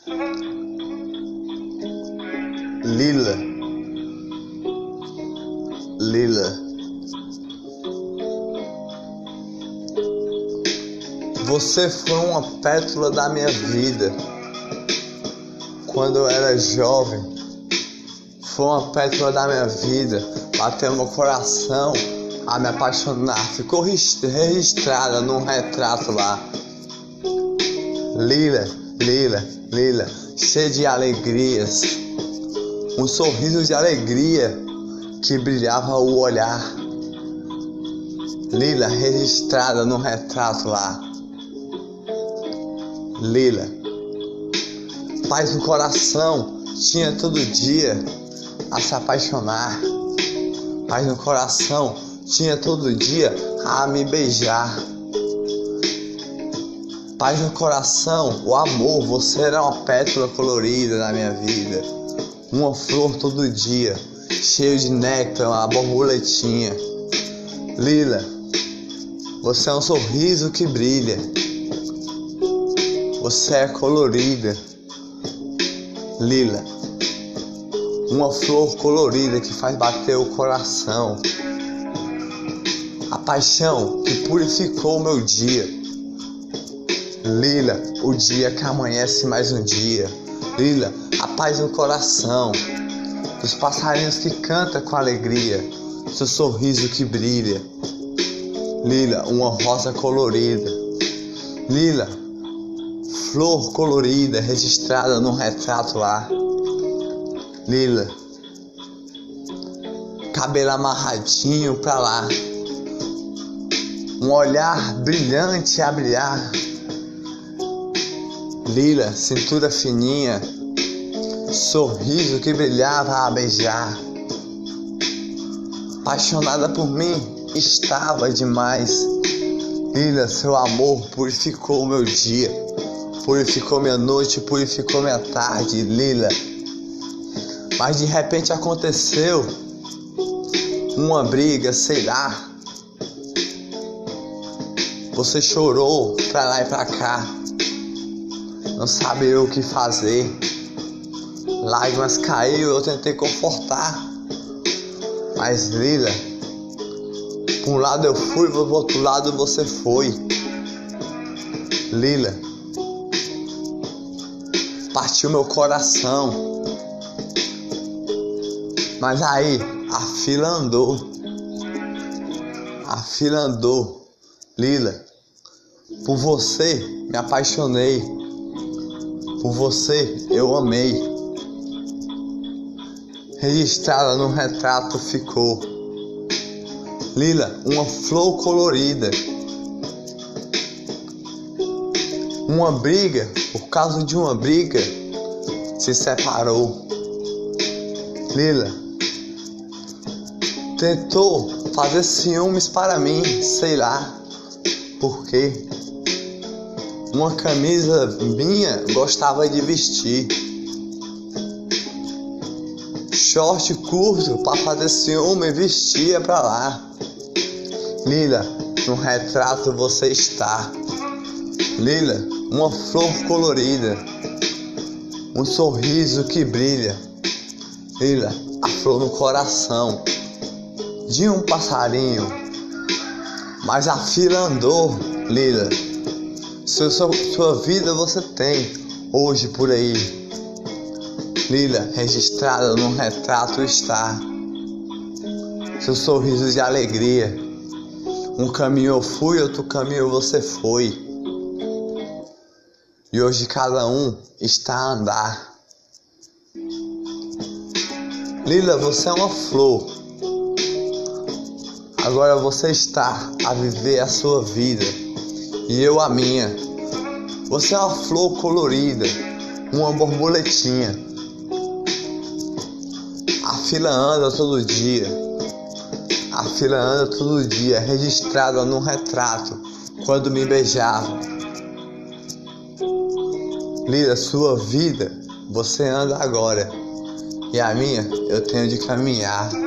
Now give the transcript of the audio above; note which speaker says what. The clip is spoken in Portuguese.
Speaker 1: Lila, Lila, você foi uma pétala da minha vida. Quando eu era jovem, foi uma pétala da minha vida. Bateu no meu coração a me apaixonar. Ficou registrada num retrato lá. Lila, Lila, Lila, cheia de alegrias. Um sorriso de alegria que brilhava o olhar. Lila, registrada num retrato lá. Lila, paz no coração, tinha todo dia a se apaixonar. Paz no coração, tinha todo dia a me beijar. Paz no coração, o amor, você era uma pétala colorida na minha vida. Uma flor todo dia, cheio de néctar, uma borboletinha. Lila, você é um sorriso que brilha. Você é colorida. Lila, uma flor colorida que faz bater o coração. A paixão que purificou o meu dia. Lila, o dia que amanhece mais um dia. Lila, a paz no coração, dos passarinhos que cantam com alegria, seu sorriso que brilha. Lila, uma rosa colorida. Lila, flor colorida registrada num retrato lá. Lila, cabelo amarradinho pra lá. Um olhar brilhante a brilhar. Lila, cintura fininha, sorriso que brilhava a beijar. Apaixonada por mim, estava demais. Lila, seu amor purificou o meu dia, purificou minha noite, purificou minha tarde. Lila, mas de repente aconteceu uma briga, sei lá. Você chorou pra lá e pra cá, não sabia o que fazer. Lágrimas caiu, eu tentei confortar. Mas Lila, por um lado eu fui, pro outro lado você foi. Lila, partiu meu coração. Mas aí, a fila andou. A fila andou. Lila, por você me apaixonei. Por você eu amei. Registrada no retrato ficou. Lila, uma flor colorida. Uma briga, por causa de uma briga, se separou. Lila, tentou fazer ciúmes para mim, sei lá por quê. Uma camisa minha gostava de vestir. Short curto para fazer ciúme, vestia pra lá. Lila, no retrato você está. Lila, uma flor colorida. Um sorriso que brilha. Lila, a flor no coração de um passarinho. Mas a fila andou, Lila. Sua vida você tem hoje por aí. Lila, registrada num retrato está. Seu sorriso de alegria. Um caminho eu fui, outro caminho você foi. E hoje cada um está a andar. Lila, você é uma flor. Agora você está a viver a sua vida e eu a minha. Você é uma flor colorida, uma borboletinha. A fila anda todo dia. A fila anda todo dia, registrada num retrato, quando me beijava. Lila, sua vida, você anda agora. E a minha, eu tenho de caminhar.